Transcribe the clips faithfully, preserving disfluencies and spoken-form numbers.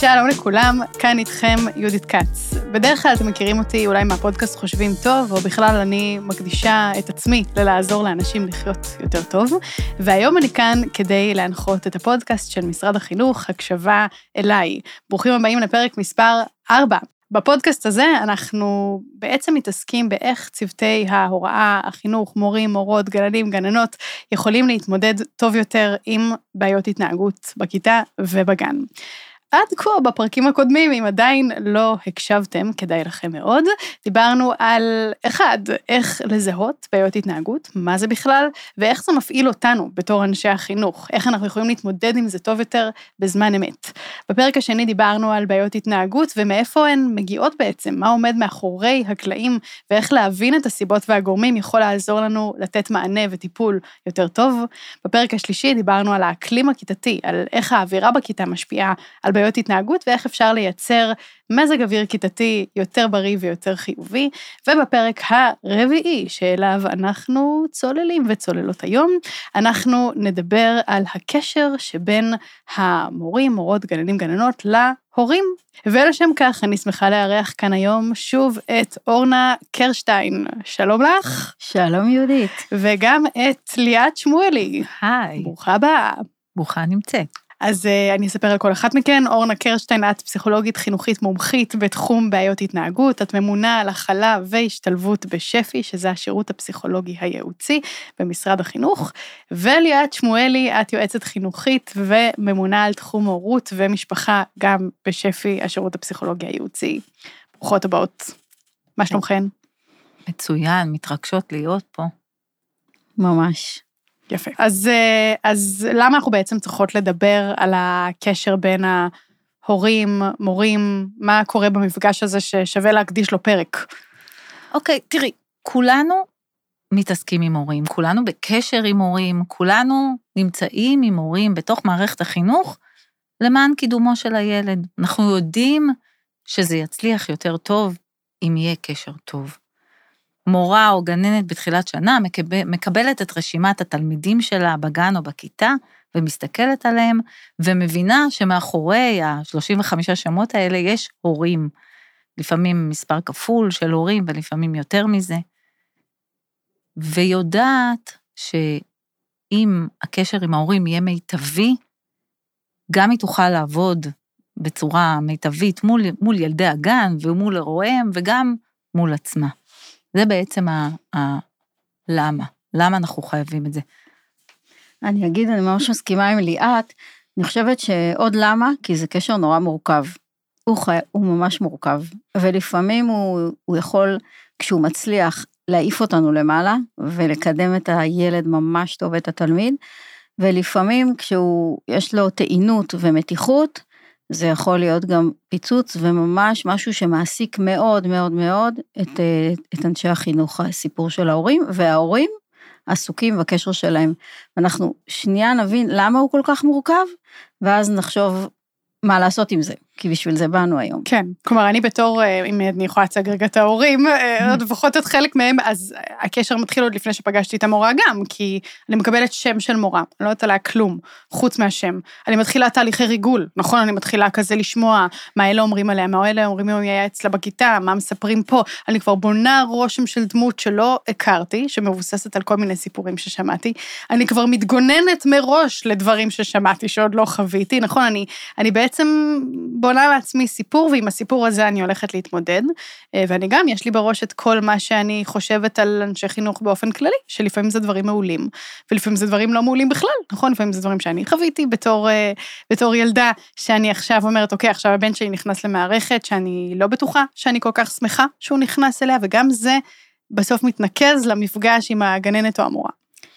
שלום לכולם, כאן איתכם יהודית קץ. בדרך כלל אתם מכירים אותי אולי מהפודקאסט חושבים טוב, או בכלל אני מקדישה את עצמי ללעזור לאנשים לחיות יותר טוב, והיום אני כאן כדי להנחות את הפודקאסט של משרד החינוך, הקשבה אליי. ברוכים הבאים לפרק מספר ארבע. בפודקאסט הזה אנחנו בעצם מתעסקים באיך צוותי ההוראה, החינוך, מורים, מורות, גננים, גננות, יכולים להתמודד טוב יותר עם בעיות התנהגות בכיתה ובגן. עד כה בפרקים הקודמים, אם עדיין לא הקשבתם, כדאי לכם מאוד, דיברנו על אחד, איך לזהות בעיות התנהגות, מה זה בכלל, ואיך זה מפעיל אותנו בתור אנשי החינוך, איך אנחנו יכולים להתמודד עם זה טוב יותר בזמן אמת. בפרק השני דיברנו על בעיות התנהגות, ומאיפה הן מגיעות בעצם, מה עומד מאחורי הקלעים, ואיך להבין את הסיבות והגורמים יכול לעזור לנו לתת מענה וטיפול יותר טוב. בפרק השלישי דיברנו על האקלים הכיתתי, על איך האווירה בכיתה משפיעה על בעיות התנהגות, ואיך אפשר לייצר מזג אוויר כיתתי יותר בריא ויותר חיובי, ובפרק הרביעי שאליו אנחנו צוללים וצוללות היום, אנחנו נדבר על הקשר שבין המורים, מורות, גננים, גננות להורים. ולשם כך אני שמחה לארח כאן היום שוב את אורנה קרשטיין. שלום לך. שלום יהודית. וגם את ליאת שמואלי. היי. ברוכה הבאה. ברוכה נמצאת. אז uh, אני אספר על כל אחת מכן. אורנה קרשטיין, את פסיכולוגית חינוכית מומחית בתחום בעיות התנהגות, את ממונה על הכלה והשתלבות בשפ"י, שזה השירות הפסיכולוגי הייעוצי במשרד החינוך, וליאת שמואלי, את יועצת חינוכית וממונה על תחום הורות ומשפחה גם בשפ"י, השירות הפסיכולוגי הייעוצי. ברוכות הבאות. מה שלומכן? מצוין, מתרגשות להיות פה. ממש. יפה. אז, אז למה אנחנו בעצם צריכות לדבר על הקשר בין ההורים, מורים, מה קורה במפגש הזה ששווה להקדיש לו פרק? אוקיי, תראי, כולנו מתעסקים עם הורים, כולנו בקשר עם הורים, כולנו נמצאים עם הורים בתוך מערכת החינוך, למען קידומו של הילד. אנחנו יודעים שזה יצליח יותר טוב, אם יהיה קשר טוב. מורה או גננת בתחילת שנה מקבלת את רשימת התלמידים שלה בגן או בכיתה, ומסתכלת עליהם, ומבינה שמאחורי ה-שלושים וחמישה שמות האלה יש הורים. לפעמים מספר כפול של הורים, ולפעמים יותר מזה. ויודעת שאם הקשר עם ההורים יהיה מיטבי, גם היא תוכל לעבוד בצורה מיטבית מול, מול ילדי הגן, ומול אירועים, וגם מול עצמה. זה בעצם ה, ה, למה, למה אנחנו חייבים את זה. אני אגיד, אני ממש מסכימה עם ליאת, אני חושבת שעוד למה, כי זה קשר נורא מורכב, הוא, חי, הוא ממש מורכב, ולפעמים הוא, הוא יכול, כשהוא מצליח, להעיף אותנו למעלה, ולקדם את הילד ממש טוב, את התלמיד, ולפעמים כשהוא, יש לו טעינות ומתיחות, זה יכול להיות גם פיצוץ, וממש משהו שמעסיק מאוד מאוד מאוד את, את אנשי החינוך, הסיפור של ההורים, וההורים עסוקים בקשר שלהם. אנחנו שנייה נבין למה הוא כל כך מורכב, ואז נחשוב מה לעשות עם זה, כי בשביל זה באנו היום. כן, כלומר, אני בתור, אם אני יכולה להציג רגע את ההורים, לפחות את חלק מהם, אז הקשר מתחיל עוד לפני שפגשתי את המורה גם, כי אני מקבלת שם של מורה, אני לא יודעת עליה כלום, חוץ מהשם. אני מתחילה תהליכי ריגול, נכון? אני מתחילה כזה לשמוע מה אלה אומרים עליה, מה אלה אומרים אם היה אצלה בכיתה, מה מספרים פה. אני כבר בונה רושם של דמות שלא הכרתי, שמבוססת על כל מיני סיפורים ששמעתי. אני כבר מתגוננת מראש לדברים ששמעתי, שעוד לא חוויתי, נכון? אני, אני בעצם בונה לעצמי סיפור, ועם הסיפור הזה אני הולכת להתמודד, ואני גם, יש לי בראש את כל מה שאני חושבת על אנשי חינוך באופן כללי, שלפעמים זה דברים מעולים, ולפעמים זה דברים לא מעולים בכלל, נכון? לפעמים זה דברים שאני חוויתי בתור, בתור ילדה, שאני עכשיו אומרת, אוקיי, עכשיו הבן שלי נכנס למערכת, שאני לא בטוחה, שאני כל כך שמחה שהוא נכנס אליה, וגם זה בסוף מתנקז למפגש עם הגננת או המורה.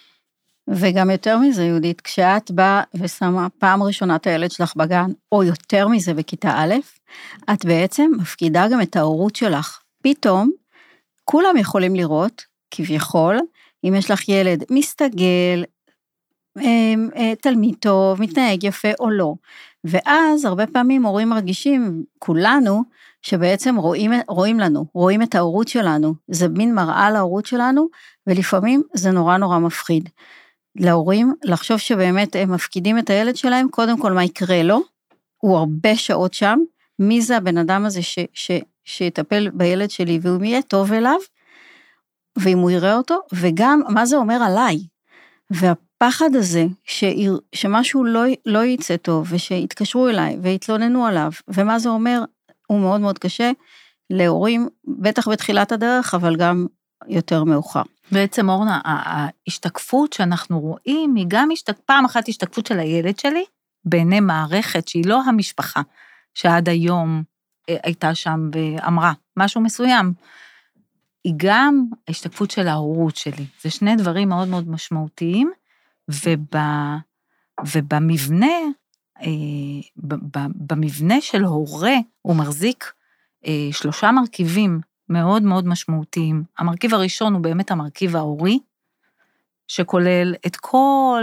וגם יותר מזה, יהודית, כשאת באה ושמה פעם ראשונה את הילד שלך בגן, או יותר מזה בכיתה א', את בעצם מפקידה גם את ההורות שלך. פתאום, כולם יכולים לראות, כביכול, אם יש לך ילד מסתגל, תלמיד טוב, מתנהג יפה או לא. ואז הרבה פעמים הורים מרגישים, כולנו, שבעצם רואים, רואים לנו, רואים את ההורות שלנו, זה מין מראה להורות שלנו, ולפעמים זה נורא נורא מפחיד. להורים, לחשוב שבאמת הם מפקידים את הילד שלהם, קודם כל מה יקרה לו, הוא הרבה שעות שם, מי זה הבן אדם הזה ש, ש, שיטפל בילד שלי, והוא יהיה טוב אליו, ואם הוא יראה אותו, וגם מה זה אומר עליי, והפחד הזה, ש, שמשהו לא, לא יצא טוב, ושיתקשרו אליי, ויתלוננו עליו, ומה זה אומר, הוא מאוד מאוד קשה, להורים, בטח בתחילת הדרך, אבל גם יותר מאוחר. בעצם אורנה, ההשתקפות שאנחנו רואים, היא גם השתק... פעם אחת השתקפות של הילד שלי, בעיני מערכת שהיא לא המשפחה, שעד היום הייתה שם ואמרה משהו מסוים, היא גם ההשתקפות של ההורות שלי. זה שני דברים מאוד מאוד משמעותיים, וב... ובמבנה, במבנה של הורה, הוא מחזיק שלושה מרכיבים מאוד מאוד משמעותיים. המרכיב הראשון הוא באמת המרכיב ההורי, שכולל את כל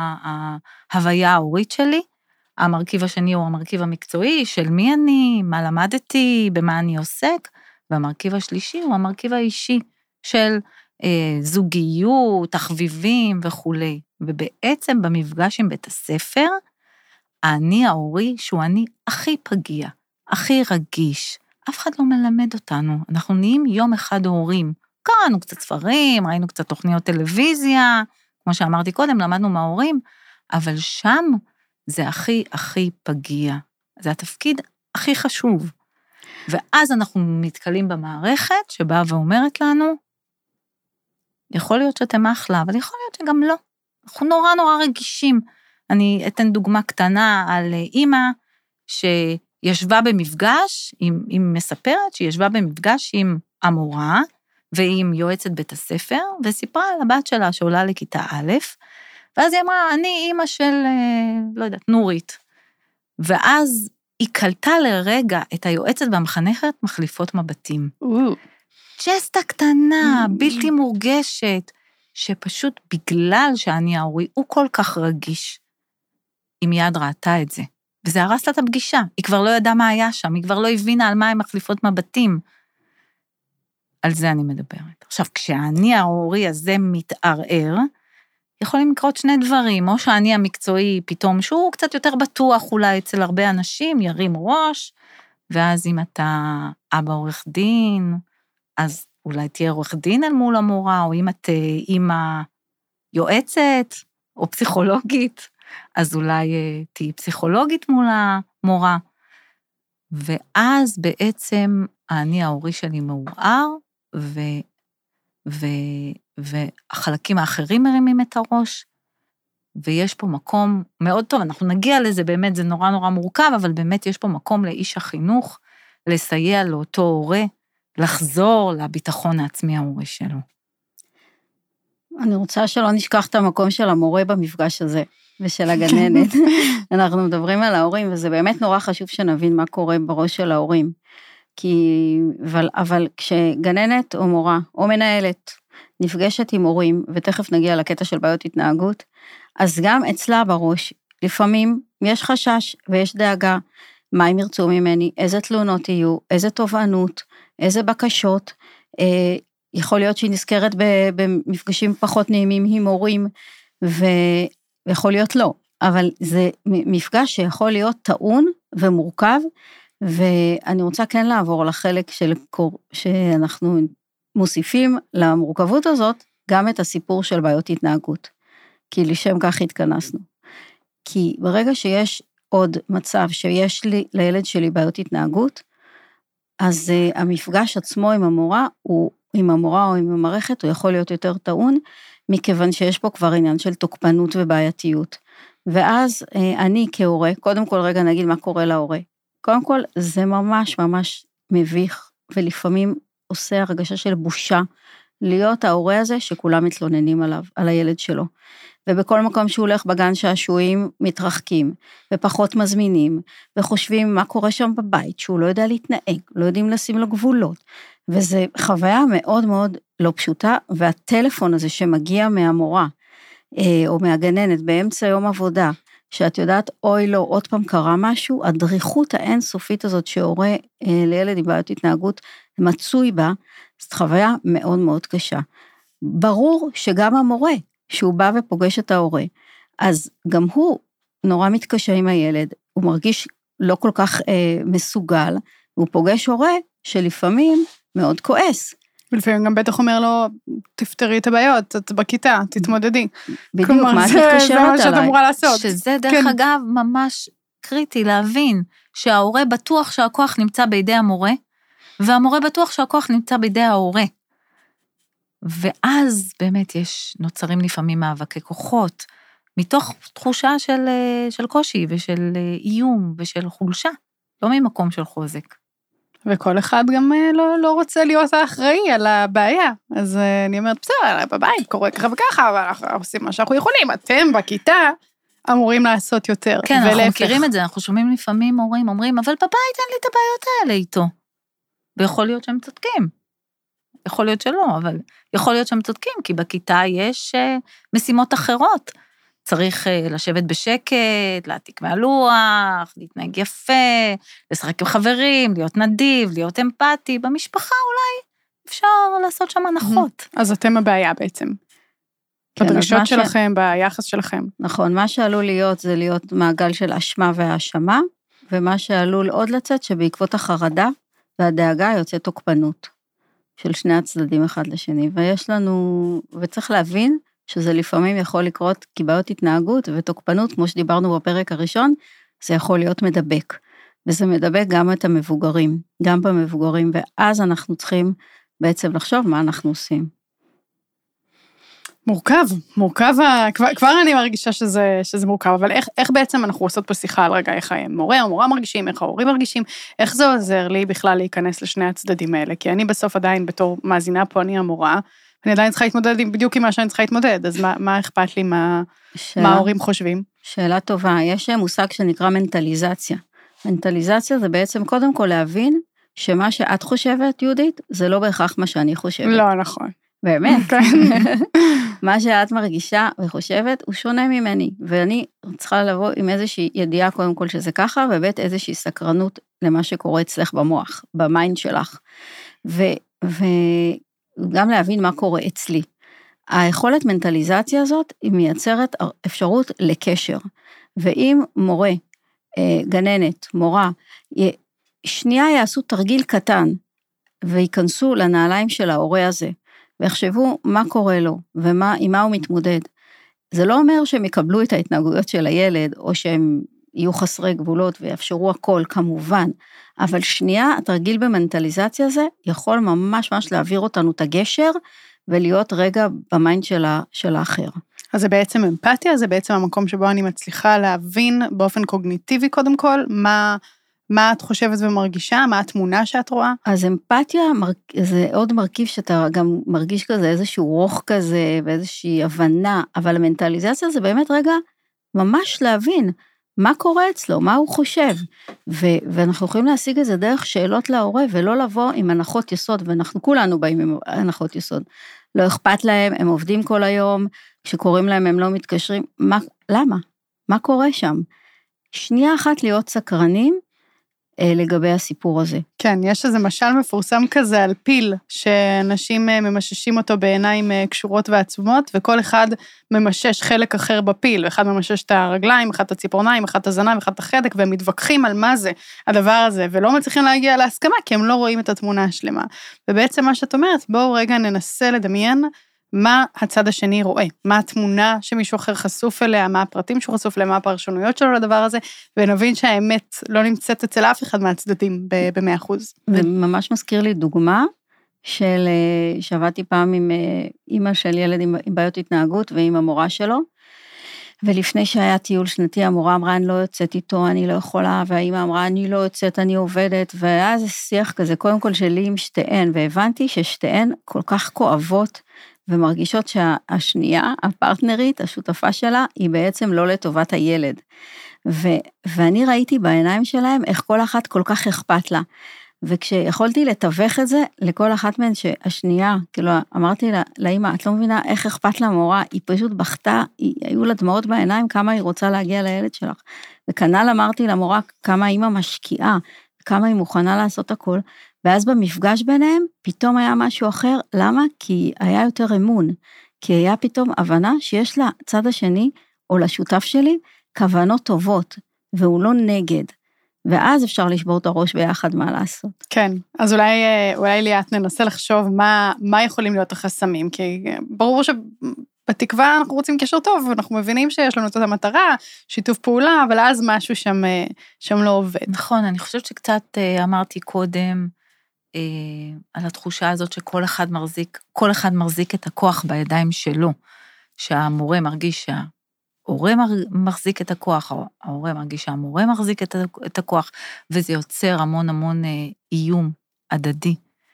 ההוויה ההורית שלי. המרכיב השני הוא המרכיב המקצועי, של מי אני, מה למדתי, במה אני עוסק, והמרכיב השלישי הוא המרכיב האישי, של אה, זוגיות, תחביבים וכו'. ובעצם במפגש עם בית הספר, אני ההורי, שהוא אני הכי פגיע, הכי רגיש, אף אחד לא מלמד אותנו, אנחנו נהיים יום אחד הורים, קראנו קצת ספרים, ראינו קצת תוכניות טלוויזיה, כמו שאמרתי קודם, למדנו מההורים, אבל שם זה הכי הכי פגיע, זה התפקיד הכי חשוב, ואז אנחנו מתקלים במערכת, שבאה ואומרת לנו, יכול להיות שאתם אחלה, אבל יכול להיות שגם לא, אנחנו נורא נורא רגישים, אני אתן דוגמה קטנה על אימא, ש... ישבה במפגש, היא, היא מספרת שהיא ישבה במפגש עם המורה, ועם יועצת בית הספר, וסיפרה על הבת שלה שעולה לכיתה א', ואז היא אמרה, אני אימא של, לא יודעת, נורית, ואז היא קלטה לרגע את היועצת והמחנכת מחליפות מבטים. ג'סטה קטנה, בלתי מורגשת, שפשוט בגלל שאני ההורי, הוא כל כך רגיש, היא מיד ראתה את זה. וזה הרס לה את הפגישה, היא כבר לא ידעה מה היה שם, היא כבר לא הבינה על מה הם מחליפות מבטים. על זה אני מדברת. עכשיו, כשאני ההורי הזה מתערער, יכולים לקרות שני דברים, או שאני המקצועי פתאום, שהוא קצת יותר בטוח אולי אצל הרבה אנשים, ירים ראש, ואז אם אתה אבא עורך דין, אז אולי תהיה עורך דין אל מול המורה, או אם את אימא יועצת, או פסיכולוגית, אז אולי תהי פסיכולוגית מול המורה, ואז בעצם אני ההורי שלי מעורער, ו, ו, והחלקים האחרים מרימים את הראש, ויש פה מקום מאוד טוב, אנחנו נגיע לזה, באמת זה נורא נורא מורכב, אבל באמת יש פה מקום לאיש החינוך, לסייע לאותו הורה, לחזור לביטחון העצמי ההורי שלו. אני רוצה שלא נשכח את המקום של המורה במפגש הזה, ושל הגננת. אנחנו מדברים על ההורים, וזה באמת נורא חשוב שנבין מה קורה בראש של ההורים. כי, אבל, אבל כשגננת או מורה, או מנהלת, נפגשת עם הורים, ותכף נגיע לקטע של בעיות התנהגות, אז גם אצלה בראש, לפעמים יש חשש ויש דאגה, מה הם ירצו ממני, איזה תלונות יהיו, איזה תובענות, איזה בקשות, אה, יכול להיות שהיא נזכרת במפגשים פחות נעימים עם הורים, ויכול להיות לא, אבל זה מפגש שיכול להיות טעון ומורכב, ואני רוצה כן לעבור לחלק של, שאנחנו מוסיפים למורכבות הזאת, גם את הסיפור של בעיות התנהגות, כי לשם כך התכנסנו. כי ברגע שיש עוד מצב שיש לי, לילד שלי בעיות התנהגות, אז uh, המפגש עצמו עם המורה, הוא, עם המורה או עם המערכת, הוא יכול להיות יותר טעון, מכיוון שיש פה כבר עניין של תוקפנות ובעייתיות. ואז uh, אני כהורה, קודם כל רגע נגיד מה קורה להורה. קודם כל זה ממש ממש מביך, ולפעמים עושה הרגשה של בושה, להיות ההורה הזה שכולם מתלוננים עליו, על הילד שלו. ובכל מקום שהוא הולך בגן שעשועים מתרחקים, ופחות מזמינים, וחושבים מה קורה שם בבית, שהוא לא יודע להתנהג, לא יודעים לשים לו גבולות, וזה חוויה מאוד מאוד לא פשוטה, והטלפון הזה שמגיע מהמורה, או מהגננת באמצע יום עבודה, שאת יודעת, אוי לא, עוד פעם קרה משהו, הדריכות האינסופית הזאת שהורה לילד עם בעיות התנהגות מצוי בה, זאת חוויה מאוד מאוד קשה. ברור שגם המורה, שהוא בא ופוגש את ההורה, אז גם הוא נורא מתקשה עם הילד, הוא מרגיש לא כל כך אה, מסוגל, הוא פוגש הורה שלפעמים מאוד כועס. ולפעמים גם בטח אומר לו, תפתרי את הבעיות, את בכיתה, תתמודדי. בדיוק, מה את מתקשרת עליי? זה מה שאת אמורה לעשות. שזה דרך אגב ממש קריטי להבין, שההורה בטוח שהכוח נמצא בידי המורה, והמורה בטוח שהכוח נמצא בידי ההורה. ואז באמת יש, נוצרים לפעמים מאבקי כוחות, מתוך תחושה של, של קושי ושל איום ושל חולשה, לא ממקום של חוזק. וכל אחד גם לא, לא רוצה להיות האחראי על הבעיה. אז אני אומרת, בסדר, בבית קורה ככה וככה, אבל אנחנו עושים מה שאנחנו יכולים. אתם בכיתה אמורים לעשות יותר. כן, אנחנו מכירים את זה, אנחנו שומעים לפעמים הורים, אומרים, אבל בבית אין לי את הבעיות האלה איתו. ויכול להיות שהם צודקים. יכול להיות שלא, אבל יכול להיות שהם צודקים, כי בכיתה יש משימות אחרות. צריך לשבת בשקט, להעתיק מהלוח, להתנהג יפה, לשחק עם חברים, להיות נדיב, להיות אמפתי. במשפחה אולי אפשר לעשות שם הנחות. אז אתם הבעיה בעצם. בדרישות שלכם, ביחס שלכם. נכון, מה שעלול להיות זה להיות מעגל של אשמה והאשמה, ומה שעלול עוד לצאת שבעקבות החרדה והדאגה יוצאת תוקפנות של שני הצדדים אחד לשני, ויש לנו, וצריך להבין, שזה לפעמים יכול לקרות כבעיות התנהגות ותוקפנות, כמו שדיברנו בפרק הראשון, זה יכול להיות מדבק, וזה מדבק גם את המבוגרים, גם במבוגרים, ואז אנחנו צריכים בעצם לחשוב מה אנחנו עושים. מורכב, מורכב, כבר, כבר אני מרגישה שזה, שזה מורכב, אבל איך, איך בעצם אנחנו עושות פה שיחה על רגע, איך המורה או מורה מרגישים, איך ההורים מרגישים, איך זה עוזר לי בכלל להיכנס לשני הצדדים האלה, כי אני בסוף עדיין בתור מאזינה פה, אני המורה, אני עדיין צריכה להתמודד בדיוק עם מה שאני צריכה להתמודד, אז מה, מה אכפת לי, מה, שאלה, מה ההורים חושבים? שאלה טובה, יש מושג שנקרא מנטליזציה. מנטליזציה זה בעצם קודם כל להבין, שמה שאת חושבת, יהודית, זה לא בהכרח מה שאני חושבת. לא, נכון. באמת. מה שאת מרגישה וחושבת, הוא שונה ממני, ואני צריכה לבוא עם איזושהי ידיעה קודם כל שזה ככה, ובית איזושהי סקרנות למה שקורה אצלך במוח, במיינד שלך. ו... ו גם להבין מה קורה אצלי. היכולת מנטליזציה הזאת, היא מייצרת אפשרות לקשר, ואם מורה, גננת, מורה, שנייה יעשו תרגיל קטן, וייכנסו לנעליים של ההורה הזה, ויחשבו מה קורה לו, ועם מה הוא מתמודד. זה לא אומר שהם יקבלו את ההתנהגויות של הילד, או שהם יהיו חסרי גבולות, ויאפשרו הכל כמובן, אבל שנייה, התרגיל במנטליזציה הזה, יכול ממש ממש להעביר אותנו את הגשר, ולהיות רגע במיינד של, של האחר. אז זה בעצם אמפתיה, זה בעצם המקום שבו אני מצליחה להבין באופן קוגניטיבי קודם כל, מה, מה את חושבת ומרגישה, מה התמונה שאת רואה? אז אמפתיה זה עוד מרכיב שאתה גם מרגיש כזה, איזשהו רוח כזה, ואיזושהי הבנה, אבל המנטליזציה זה באמת רגע ממש להבין, מה קורה אצלו, מה הוא חושב, ו- ואנחנו יכולים להשיג את זה דרך שאלות להורה, ולא לבוא עם הנחות יסוד, ואנחנו כולנו באים עם הנחות יסוד, לא אכפת להם, הם עובדים כל היום, כשקוראים להם הם לא מתקשרים, מה, למה? מה קורה שם? שנייה אחת להיות סקרנים, לגבי הסיפור הזה. כן, יש איזה משל מפורסם כזה על פיל, שאנשים ממששים אותו בעיניים קשורות ועצומות, וכל אחד ממשש חלק אחר בפיל, ואחד ממשש את הרגליים, אחד את הציפורניים, אחד את הזנב, אחד את החדק, והם מתווכחים על מה זה הדבר הזה, ולא מצליחים להגיע להסכמה, כי הם לא רואים את התמונה השלמה. ובעצם מה שאת אומרת, בואו רגע ננסה לדמיין, מה הצד השני רואה, מה התמונה שמישהו אחר חשוף אליה, מה הפרטים שהוא חשוף אליה, מה הפרשנויות שלו לדבר הזה, ונבין שהאמת לא נמצאת אצל אף אחד מהצדדים ב-מאה אחוז. וממש מזכיר לי דוגמה, של, שעבדתי פעם עם אמא של ילד עם, עם בעיות התנהגות, ועם המורה שלו, ולפני שהיה טיול שנתי, המורה אמרה, אני לא יוצאת איתו, אני לא יכולה, והאמא אמרה, אני לא יוצאת, אני עובדת, והיה איזה שיח כזה, קודם כל שלי עם שתיהן, והבנתי ששתיהן כל כך כואבות, ומרגישות שהשנייה, הפרטנרית, השותפה שלה, היא בעצם לא לטובת הילד. ו- ואני ראיתי בעיניים שלהם, איך כל אחת כל כך אכפת לה. וכשיכולתי לתווך את זה, לכל אחת מהן שהשנייה, כאילו אמרתי לה, לאמא, את לא מבינה איך אכפת לה מורה, היא פשוט בכתה, היא, היו לה דמעות בעיניים, כמה היא רוצה להגיע לילד שלך. וכנ"ל אמרתי למורה, כמה האמא משקיעה, כמה היא מוכנה לעשות הכל, ואז במפגש ביניהם, פתאום היה משהו אחר, למה? כי היה יותר אמון, כי היה פתאום הבנה שיש לצד השני, או לשותף שלי, כוונות טובות, והוא לא נגד, ואז אפשר לשבור את הראש ביחד מה לעשות. כן, אז אולי, אולי ליאת ננסה לחשוב מה, מה יכולים להיות החסמים, כי ברור שבתקווה אנחנו רוצים קשר טוב, ואנחנו מבינים שיש לנו את המטרה, שיתוף פעולה, אבל אז משהו שם, שם לא עובד. נכון, אני חושבת שקצת אמרתי קודם, על התחושה הזאת שכל אחד מחזיק, כל אחד מחזיק את הכוח בידיים שלו, שהמורה מרגיש שההורה מחזיק את הכוח, ההורה מרגיש שהמורה מחזיק את הכוח, וזה יוצר המון המון איום הדדי.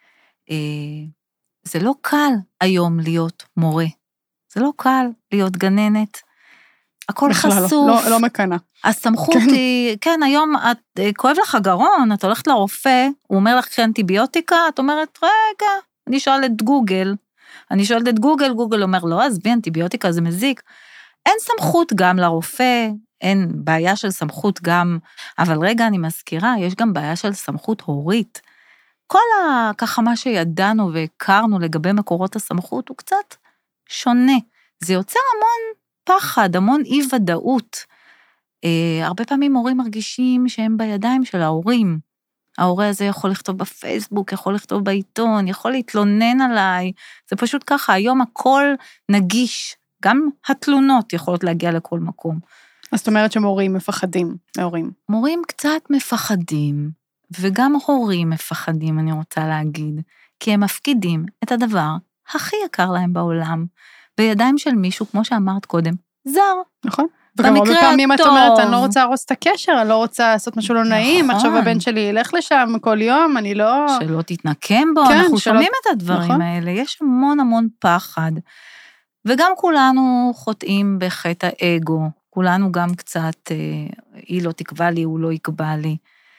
זה לא קל היום להיות מורה, זה לא קל להיות גננת, הכל חשוף. לא, לא, לא מקנה. הסמכות כן. היא, כן, היום את, כואב לך גרון, את הולכת לרופא, הוא אומר לך אנטיביוטיקה, את אומרת, רגע, אני שואלת את גוגל, אני שואלת את גוגל, גוגל אומר, לא, אז בי אנטיביוטיקה זה מזיק. אין סמכות גם לרופא, אין בעיה של סמכות גם, אבל רגע, אני מזכירה, יש גם בעיה של סמכות הורית. כל ה, ככה מה שידענו והכרנו לגבי מקורות הסמכות, הוא קצת שונה. זה יוצר המון פחד, המון אי ודאות. אה, הרבה פעמים הורים מרגישים שהם בידיים של ההורים. ההורה הזה יכול לכתוב בפייסבוק, יכול לכתוב בעיתון, יכול להתלונן עליי. זה פשוט ככה, היום הכל נגיש. גם התלונות יכולות להגיע לכל מקום. אז זאת אומרת שמורים מפחדים מהורים. מורים קצת מפחדים, וגם הורים מפחדים, אני רוצה להגיד, כי הם מפקידים את הדבר הכי יקר להם בעולם, בידיים של מישהו, כמו שאמרת קודם, זר. נכון. וגם הרבה פעמים את אומרת, אני לא רוצה להרוס את הקשר, אני לא רוצה לעשות משהו לא נעים, עכשיו הבן שלי ילך לשם כל יום, אני לא... שלא תתנקם בו, אנחנו שומעים את הדברים האלה, יש המון המון פחד, וגם כולנו חוטאים בחטא האגו, כולנו גם קצת, היא לא תקבע לי, הוא לא יקבע לי.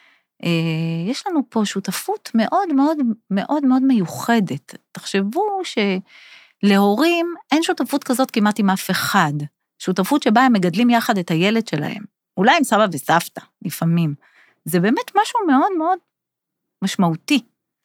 יש לנו פה שותפות מאוד מאוד מאוד מאוד מיוחדת. תחשבו שלהורים אין שותפות כזאת כמעט עם אף אחד. שותפות שבה הם מגדלים יחד את הילד שלהם. אולי עם סבא וסבתא, לפעמים. זה באמת משהו מאוד מאוד משמעותי.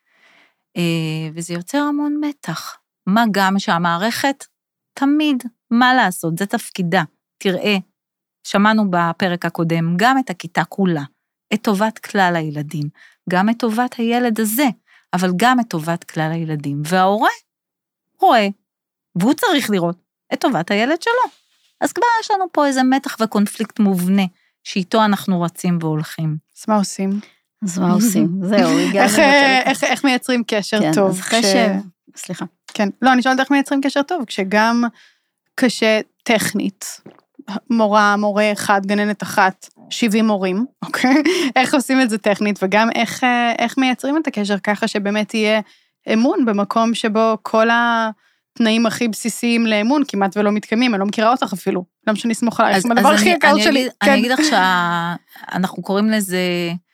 וזה יוצר המון מתח. מה גם שהמערכת תמיד, מה לעשות, זה תפקידה. תראה, שמענו בפרק הקודם, גם את הכיתה כולה, את טובת כלל הילדים, גם את טובת הילד הזה, אבל גם את טובת כלל הילדים. וההורה רואה, והוא צריך לראות את טובת הילד שלו. אז כבר יש לנו פה איזה מתח וקונפליקט מובנה, שאיתו אנחנו רצים והולכים. אז מה עושים? אז מה עושים? זהו, הגענו. איך מייצרים קשר טוב? אז אחרי ש... סליחה. כן, לא, אני שואלת איך מייצרים קשר טוב, כשגם קשה טכנית, מורה, מורה אחד, גננת אחת, שבעים מורים, אוקיי? איך עושים את זה טכנית, וגם איך, איך מייצרים את הקשר ככה שבאמת יהיה אמון במקום שבו כל התנאים הכי בסיסיים לאמון כמעט ולא מתקיימים, אני לא מכירה אותך אפילו, למה שאני אסמוך עלייך, זה הדבר הכי יקר שלי. אני אגיד לך שאנחנו קוראים לזה,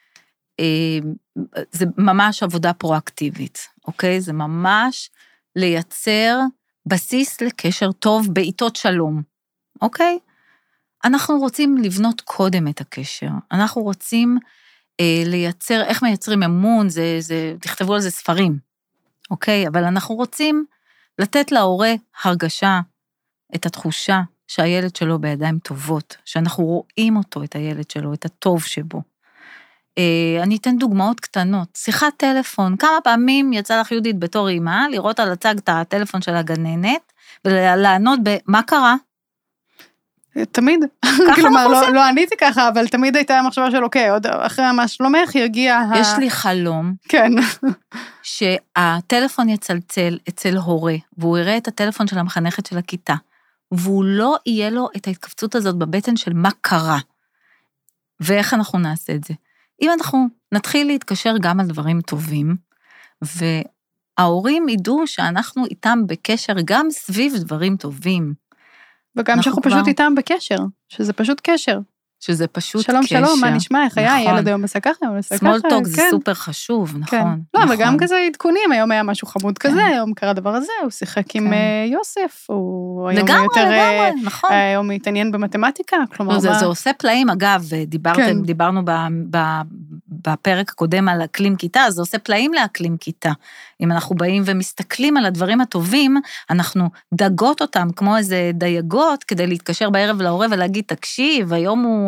זה ממש עבודה פרואקטיבית, אוקיי? זה ממש לייצר בסיס לקשר טוב בעיתות שלום, אוקיי? אנחנו רוצים לבנות קודם את הקשר, אנחנו רוצים אה, לייצר, איך מייצרים אמון, זה, זה, תכתבו על זה ספרים, אוקיי? אבל אנחנו רוצים לתת להורה הרגשה, את התחושה שהילד שלו בידיים טובות, שאנחנו רואים אותו, את הילד שלו, את הטוב שבו. אה, אני אתן דוגמאות קטנות, שיחת טלפון, כמה פעמים יצא לך יהודית בתור אימא, לראות על הצג את הטלפון של הגננת, ולענות במה קרה? תמיד, כלומר, לא, לא עניתי ככה, אבל תמיד הייתה המחשבה של, אוקיי, עוד אחרי מה שלומך ירגיע... יש לי חלום, כן. שהטלפון יצלצל אצל הורה, והוא יראה את הטלפון של המחנכת של הכיתה, והוא לא יהיה לו את ההתכווצות הזאת בבטן של מה קרה, ואיך אנחנו נעשה את זה. אם אנחנו נתחיל להתקשר גם על דברים טובים, וההורים ידעו שאנחנו איתם בקשר גם סביב דברים טובים, וגם שאנחנו פשוט איתם בקשר, שזה פשוט קשר. שזה פשוט שלום, קשר. שלום, שלום, מה נשמע? איך היה? ילד היום עשה ככה, היום עשה ככה. סמול טוק זה סופר חשוב, נכון. לא, אבל גם כזה עדכונים, היום היה משהו חמוד כזה, היום קרה דבר הזה, הוא שיחק עם יוסף, הוא היום יותר... לגמרי, נכון. היום התעניין במתמטיקה, כלומר... זה עושה פלאים, אגב, דיברנו בפרק הקודם על אקלים כיתה, אז זה עושה פלאים לאקלים כיתה. אם אנחנו באים ומסתכלים על הדברים הטובים, אנחנו דגות אותם כמו איזה דייגות, כדי להתקשר בערב להורה ולהגיד, תקשיב, היום הוא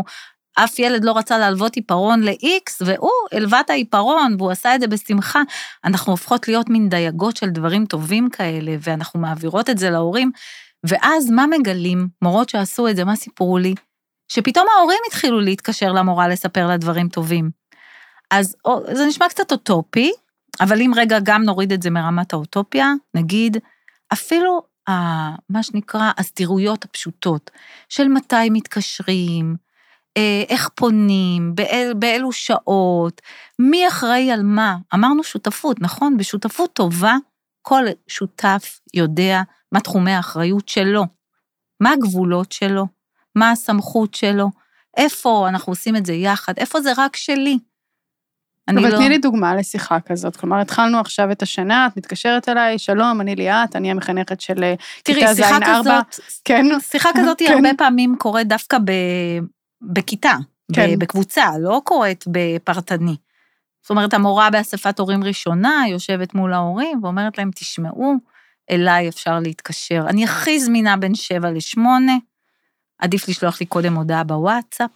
אף ילד לא רצה להלוות עיפרון ל-X, והוא הלווה את העיפרון, והוא עשה את זה בשמחה. אנחנו הופכות להיות מין דייגות של דברים טובים כאלה, ואנחנו מעבירות את זה להורים, ואז מה מגלים? מורות שעשו את זה, מה סיפרו לי? שפתאום ההורים התחילו להתקשר למורה לספר לה דברים טובים. אז זה נשמע קצת אוטופי, אבל אם רגע גם נוריד את זה מרמת האוטופיה, נגיד, אפילו מה שנקרא הסתירויות הפשוטות, של מתי מתקשרים, איך פונים, באל, באלו שעות, מי אחראי על מה, אמרנו שותפות, נכון? בשותפות טובה, כל שותף יודע מה תחומי האחריות שלו, מה הגבולות שלו, מה הסמכות שלו, איפה אנחנו עושים את זה יחד, איפה זה רק שלי. אבל תני לי דוגמה לשיחה כזאת, כלומר, התחלנו עכשיו את השנה, את מתקשרת אליי, שלום, אני ליאת, אני המחנכת של כיתה ז' ארבע. כן. שיחה כזאת היא הרבה פעמים קורית דווקא בכיתה, בקבוצה, לא קורית בפרטני. זאת אומרת, המורה באספת הורים ראשונה, יושבת מול ההורים, ואומרת להם, תשמעו, אליי אפשר להתקשר. אני הכי זמינה בין שבע לשמונה, עדיף לשלוח לי קודם הודעה בוואטסאפ,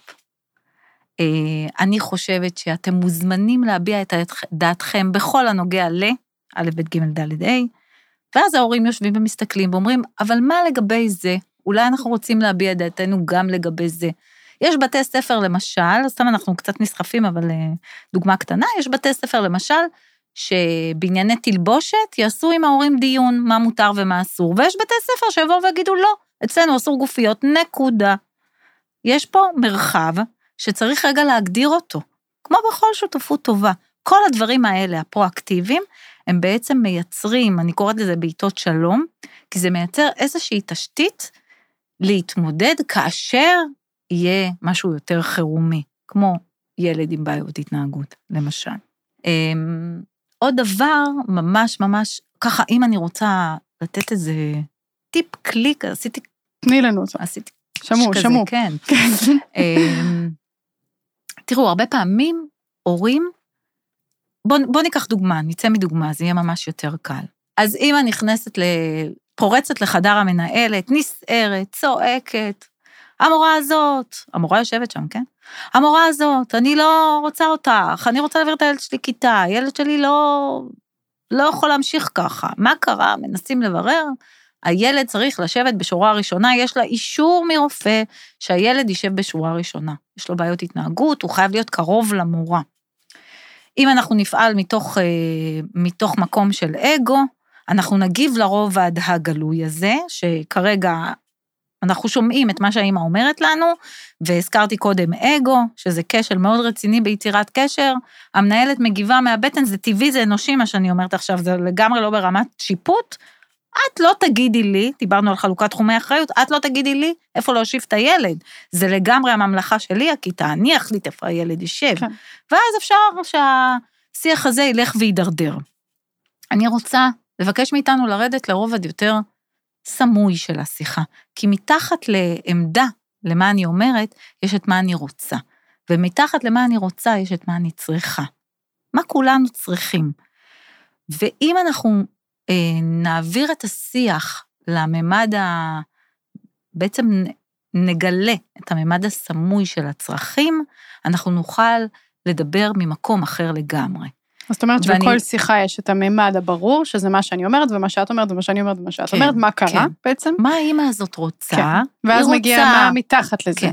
אני חושבת שאתם מוזמנים להביע את דעתכם בכל הנוגע ל, א', ב', ג', ד', ה', ואז ההורים יושבים ומסתכלים ואומרים, אבל מה לגבי זה? אולי אנחנו רוצים להביע את דעתנו גם לגבי זה. יש בתי ספר למשל, סתם אנחנו קצת נסחפים, אבל דוגמה קטנה, יש בתי ספר למשל, שבענייני תלבושת יעשו עם ההורים דיון מה מותר ומה אסור, ויש בתי ספר שיבואו ויגידו לא, אצלנו אסור גופיות, נקודה. יש פה מרחב, שצריך רגע להגדיר אותו, כמו בכל שותפות טובה. כל הדברים האלה, הפרואקטיביים, הם בעצם מייצרים, אני קוראת לזה בעיתות שלום, כי זה מייצר איזושהי תשתית להתמודד כאשר יהיה משהו יותר חירומי, כמו ילד עם בעיות התנהגות, למשל. עוד דבר, ממש ממש, ככה, אם אני רוצה לתת איזה טיפ קליק, עשיתי... תני לנו אותו. עשיתי... שמו, שמו. כן. תראו, הרבה פעמים הורים, בוא, בוא ניקח דוגמה, ניצא מדוגמה, זה יהיה ממש יותר קל. אז אמא נכנסת, פורצת לחדר המנהלת, נסערת, צועקת, המורה הזאת, המורה יושבת שם, כן? המורה הזאת, אני לא רוצה אותך, אני רוצה להעביר את הילד שלי כיתה, הילד שלי לא, לא יכול להמשיך ככה. מה קרה? מנסים לברר, הילד צריך לשבת בשורה הראשונה, יש לה אישור מרופא שהילד יישב בשורה הראשונה. יש לו בעיות התנהגות, הוא חייב להיות קרוב למורה. אם אנחנו נפעל מתוך, מתוך מקום של אגו, אנחנו נגיב לרובד הגלוי הזה, שכרגע אנחנו שומעים את מה שהאמא אומרת לנו, והזכרתי קודם אגו, שזה קשר מאוד רציני ביצירת קשר, המנהלת מגיבה מהבטן, זה טבעי, זה אנושי, מה שאני אומרת עכשיו, זה לגמרי לא ברמת שיפוט, את לא תגידי לי, דיברנו על חלוקת תחומי אחריות, את לא תגידי לי איפה להושיב את הילד, זה לגמרי הממלכה שלי, הכיתה, אני אחליט איפה הילד יישב, כן. ואז אפשר שהשיח הזה ילך וידרדר. אני רוצה לבקש מאיתנו לרדת לרובד יותר סמוי של השיחה, כי מתחת לעמדה, למה אני אומרת, יש את מה אני רוצה, ומתחת למה אני רוצה, יש את מה אני צריכה. מה כולנו צריכים? ואם אנחנו נעביר את השיח לממד ה... בעצם נגלה את הממד הסמוי של הצרכים, אנחנו נוכל לדבר ממקום אחר לגמרי. זאת אומרת שבכל שיחה יש את הממד הברור, שזה מה שאני אומרת, ומה שאת אומרת, ומה שאני אומרת, ומה שאת אומרת, מה קרה בעצם? מה האמא הזאת רוצה? ואז מגיע מה מתחת לזה,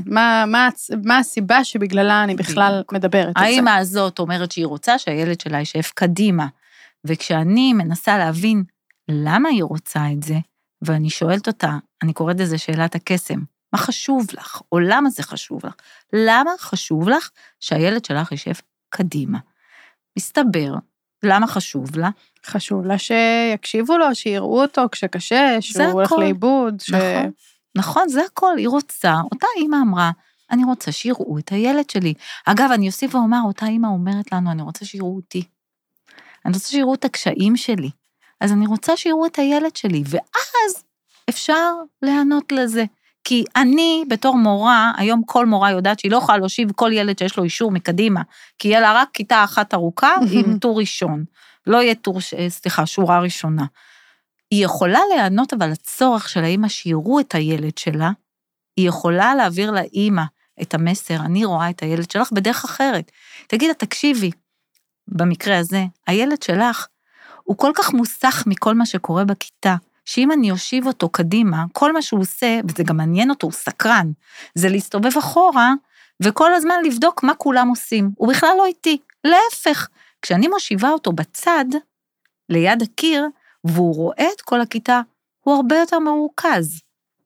מה הסיבה שבגללה אני בכלל מדברת את זה. האמא הזאת אומרת שהיא רוצה שהילד שלה יישב קדימה, וכשאני מנסה להבין למה היא רוצה את זה, ואני שואלת אותה, אני קוראת לזה שאלת הקסם, מה חשוב לך, או למה זה חשוב לך? למה חשוב לך שהילד שלך יישב קדימה? מסתבר, למה חשוב לה? חשוב לה שיקשיבו לו, שיראו אותו כשקשה, שהוא הולך לאיבוד. ש... נכון, נכון, זה הכל, היא רוצה, אותה אמא אמרה, אני רוצה שיראו את הילד שלי. אגב, אני אוסיף ואומר, אותה אמא אומרת לנו, אני רוצה שיראו אותי. אני רוצה שיראו את הקשיים שלי. אז אני רוצה שיראו את הילד שלי, ואז אפשר לענות לזה. כי אני, בתור מורה, היום כל מורה יודעת שהיא לא יכולה להושיב כל ילד שיש לו אישור מקדימה, כי יהיה לה רק כיתה אחת ארוכה עם טור ראשון. לא יהיה טור, סליחה, שורה ראשונה. היא יכולה לענות אבל הצורך של האמא שיראו את הילד שלה, היא יכולה להעביר לאמא את המסר, אני רואה את הילד שלך בדרך אחרת. תגידה, תקשיבי, במקרה הזה, הילד שלך הוא כל כך מוסך מכל מה שקורה בכיתה, שאם אני יושיב אותו קדימה, כל מה שהוא עושה, וזה גם מעניין אותו, הוא סקרן, זה להסתובב אחורה, וכל הזמן לבדוק מה כולם עושים. הוא בכלל לא איתי, להפך. כשאני מושיבה אותו בצד, ליד הקיר, והוא רואה את כל הכיתה, הוא הרבה יותר מרוכז.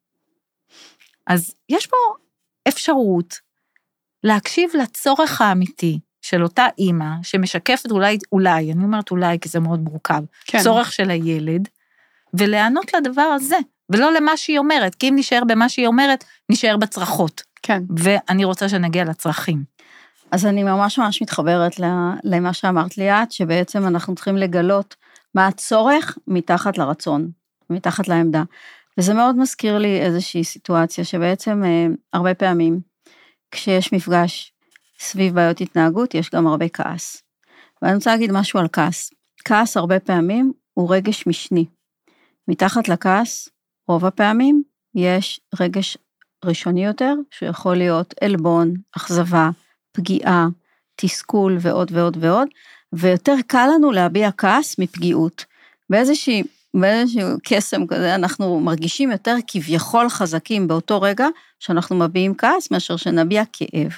אז יש פה אפשרות להקשיב לצורך האמיתי של אותה אימא, שמשקפת אולי, אולי, אני אומרת אולי, כי זה מאוד מורכב, כן. צורך של הילד, ולענות לדבר הזה, ולא למה שהיא אומרת, כי אם נשאר במה שהיא אומרת, נשאר בצרכות. כן. ואני רוצה שנגיע לצרכים. אז אני ממש ממש מתחברת למה שאמרת לי את, שבעצם אנחנו צריכים לגלות מה הצורך מתחת לרצון, מתחת לעמדה. וזה מאוד מזכיר לי איזושהי סיטואציה, שבעצם הרבה פעמים, כשיש מפגש סביב בעיות התנהגות, יש גם הרבה כעס. ואני רוצה להגיד משהו על כעס. כעס הרבה פעמים הוא רגש משני. מתחת לכעס, רוב הפעמים, יש רגש ראשוני יותר, שיכול להיות אלבון, אכזבה, פגיעה, תסכול ועוד ועוד ועוד, ויותר קל לנו להביע כעס מפגיעות. באיזושהי, באיזשהו קסם כזה, אנחנו מרגישים יותר כביכול חזקים באותו רגע, שאנחנו מביעים כעס, מאשר שנביע כאב.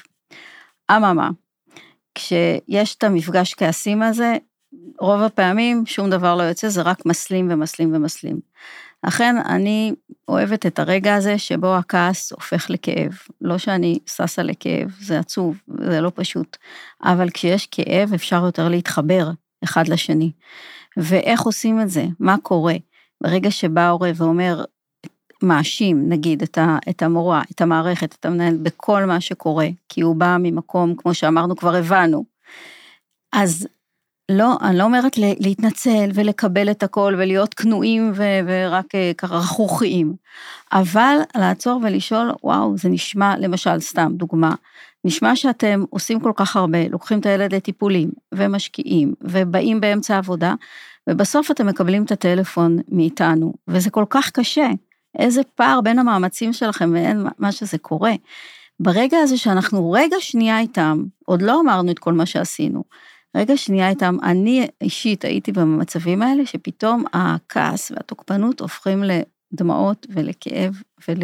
אממה, כשיש את המפגש כעסים הזה, רוב הפעמים שום דבר לא יוצא, זה רק מסלים ומסלים ומסלים. לכן אני אוהבת את הרגע הזה, שבו הכעס הופך לכאב. לא שאני ססה לכאב, זה עצוב, זה לא פשוט. אבל כשיש כאב, אפשר יותר להתחבר אחד לשני. ואיך עושים את זה? מה קורה? ברגע שבא ההורה ואומר, מאשים, נגיד, את, ה, את המורה, את המערכת, את המנהל, בכל מה שקורה, כי הוא בא ממקום, כמו שאמרנו, כבר הבנו. אז לא, אני לא אומרת להתנצל ולקבל את הכל, ולהיות כנועים ו- ורק ככה רכוכיים, אבל לעצור ולשאול, וואו, זה נשמע, למשל, סתם דוגמה, נשמע שאתם עושים כל כך הרבה, לוקחים את הילד לטיפולים, ומשקיעים, ובאים באמצע העבודה, ובסוף אתם מקבלים את הטלפון מאיתנו, וזה כל כך קשה, איזה פער בין המאמצים שלכם, ואין מה שזה קורה. ברגע הזה שאנחנו רגע שנייה איתם, עוד לא אמרנו את כל מה שעשינו, רגע שנייה איתם, אני אישית הייתי במצבים האלה, שפתאום הכעס והתוקפנות הופכים לדמעות ולכאב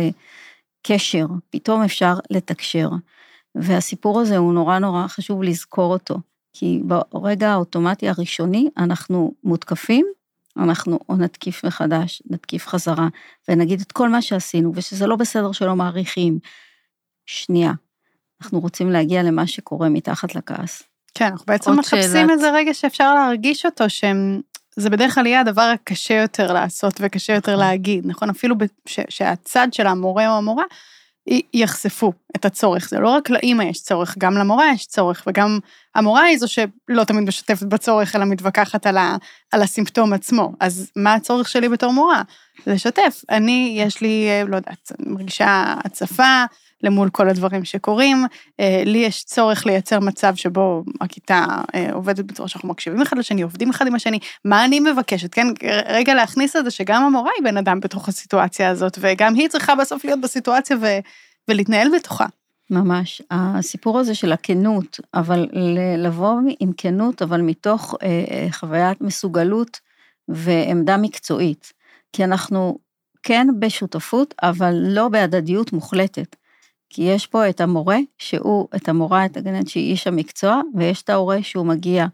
ולקשר, פתאום אפשר לתקשר. והסיפור הזה הוא נורא נורא חשוב לזכור אותו, כי ברגע האוטומטי הראשוני אנחנו מותקפים, אנחנו או נתקיף מחדש, נתקיף חזרה, ונגיד את כל מה שעשינו, ושזה לא בסדר שלא מעריכים. שנייה, אנחנו רוצים להגיע למה שקורה מתחת לכעס. כן, אנחנו בעצם מחפשים איזה רגע שאפשר להרגיש אותו, שזה בדרך כלל יהיה הדבר הקשה יותר לעשות, וקשה יותר להגיד, נכון? אפילו שהצד של המורה או המורה, יחשפו את הצורך. זה לא רק לאמא יש צורך, גם למורה יש צורך, וגם המורה היא זו שלא תמיד משתפת בצורך, אלא מתווכחת על, ה, על הסימפטום עצמו. אז מה הצורך שלי בתור מורה? לשתף. אני, יש לי, לא יודעת, מרגישה הצפה, למול כל הדברים שקורים, לי יש צורך לייצר מצב שבו הכיתה עובדת בצורה שאנחנו מקשיבים אחד לשני, עובדים אחד עם השני, מה אני מבקשת, כן? רגע להכניס את זה שגם המורה היא בן אדם בתוך הסיטואציה הזאת, וגם היא צריכה בסוף להיות בסיטואציה ו- ולהתנהל בתוכה. ממש, הסיפור הזה של הכנות, אבל לבוא עם כנות, אבל מתוך חוויית מסוגלות ועמדה מקצועית, כי אנחנו כן בשותפות, אבל לא בהדדיות מוחלטת. כי יש פה את המורה, שהוא, את המורה, את הגננת שהיא איש המקצוע, ויש את ההורה שהוא מגיע.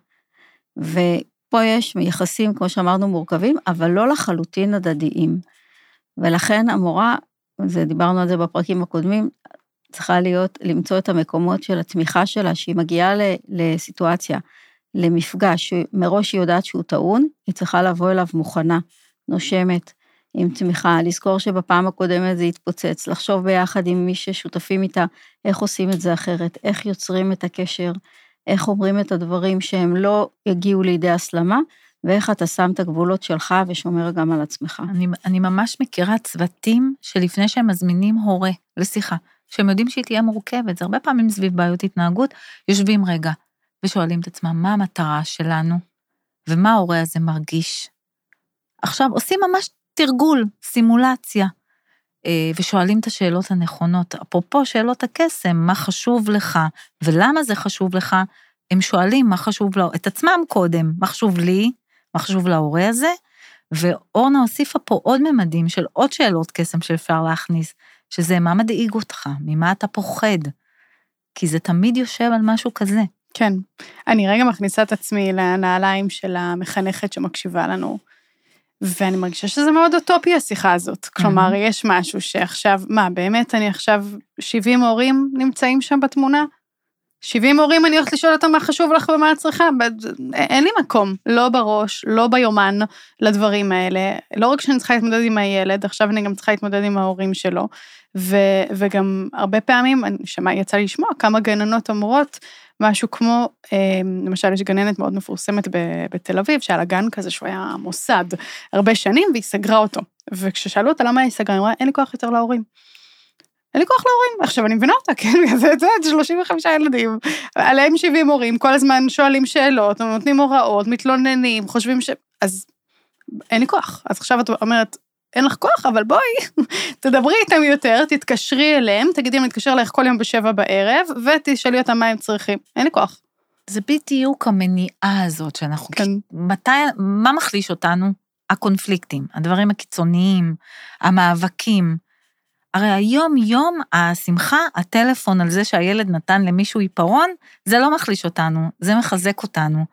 ופה יש יחסים, כמו שאמרנו, מורכבים, אבל לא לחלוטין הדדיים. ולכן המורה, זה דיברנו על זה בפרקים הקודמים, צריכה להיות, למצוא את המקומות של התמיכה שלה, שהיא מגיעה לסיטואציה, למפגש, מראש היא יודעת שהוא טעון, היא צריכה לבוא אליו מוכנה, נושמת, עם תמיכה, לזכור שבפעם הקודמת זה יתפוצץ, לחשוב ביחד עם מי ששותפים איתה, איך עושים את זה אחרת, איך יוצרים את הקשר, איך אומרים את הדברים שהם לא יגיעו לידי הסלמה, ואיך אתה שם את הגבולות שלך ושומר גם על עצמך. אני, אני ממש מכירה צוותים שלפני שהם מזמינים הורה לשיחה, שהם יודעים שהיא תהיה מורכבת, זה הרבה פעמים סביב בעיות התנהגות, יושבים רגע ושואלים את עצמם מה המטרה שלנו, ומה ההורה הזה מרגיש. עכשיו עושים ממש תרגול, סימולציה, ושואלים את השאלות הנכונות. אפרופו שאלות הקסם, מה חשוב לך, ולמה זה חשוב לך, הם שואלים מה חשוב לו, את עצמם קודם, מה חשוב לי, מה חשוב להורה הזה, ואורנה הוסיפה פה עוד ממדים של עוד שאלות קסם שאפשר להכניס, שזה מה מדאיג אותך, ממה אתה פוחד, כי זה תמיד יושב על משהו כזה. כן, אני רגע מכניסה את עצמי לנעליים של המחנכת שמקשיבה לנו, ואני מרגישה שזה מאוד אוטופי השיחה הזאת, כלומר, יש משהו שעכשיו, מה, באמת אני עכשיו, שבעים הורים נמצאים שם בתמונה? שבעים הורים אני הולכת לשאול אותם מה חשוב לך ומה את צריכה, אין לי מקום, לא בראש, לא ביומן לדברים האלה, לא רק שאני צריכה להתמודד עם הילד, עכשיו אני גם צריכה להתמודד עם ההורים שלו, ו- וגם הרבה פעמים, אני שמע, יצא לי לשמוע כמה גננות אומרות, משהו כמו, למשל יש גננת מאוד מפורסמת בתל אביב, שהיה לה גן כזה שהוא היה מוסד הרבה שנים, והיא סגרה אותו, וכששאלו אותה למה היא סגרה, היא אמרה, אין לי כוח יותר להורים. אין לי כוח להורים, עכשיו אני מבינה אותה, כן, זה, זה, שלושים וחמישה ילדים, עליהם שבעים הורים, כל הזמן שואלים שאלות, נותנים הוראות, מתלוננים, חושבים ש... אז אין לי כוח, אז עכשיו את אומרת, אין לך כוח, אבל בואי, תדברי איתם יותר, תתקשרי אליהם, תגידי אם נתקשר לך כל יום בשבע בערב, ותשאלי אותם מה הם צריכים, אין לי כוח. זה בדיוק המניעה הזאת, שאנחנו, כן. מתי, מה מחליש אותנו? הקונפליקטים, הדברים הקיצוניים, המאבקים, הרי היום יום השמחה, הטלפון על זה שהילד נתן למישהו עיפרון, זה לא מחליש אותנו, זה מחזק אותנו.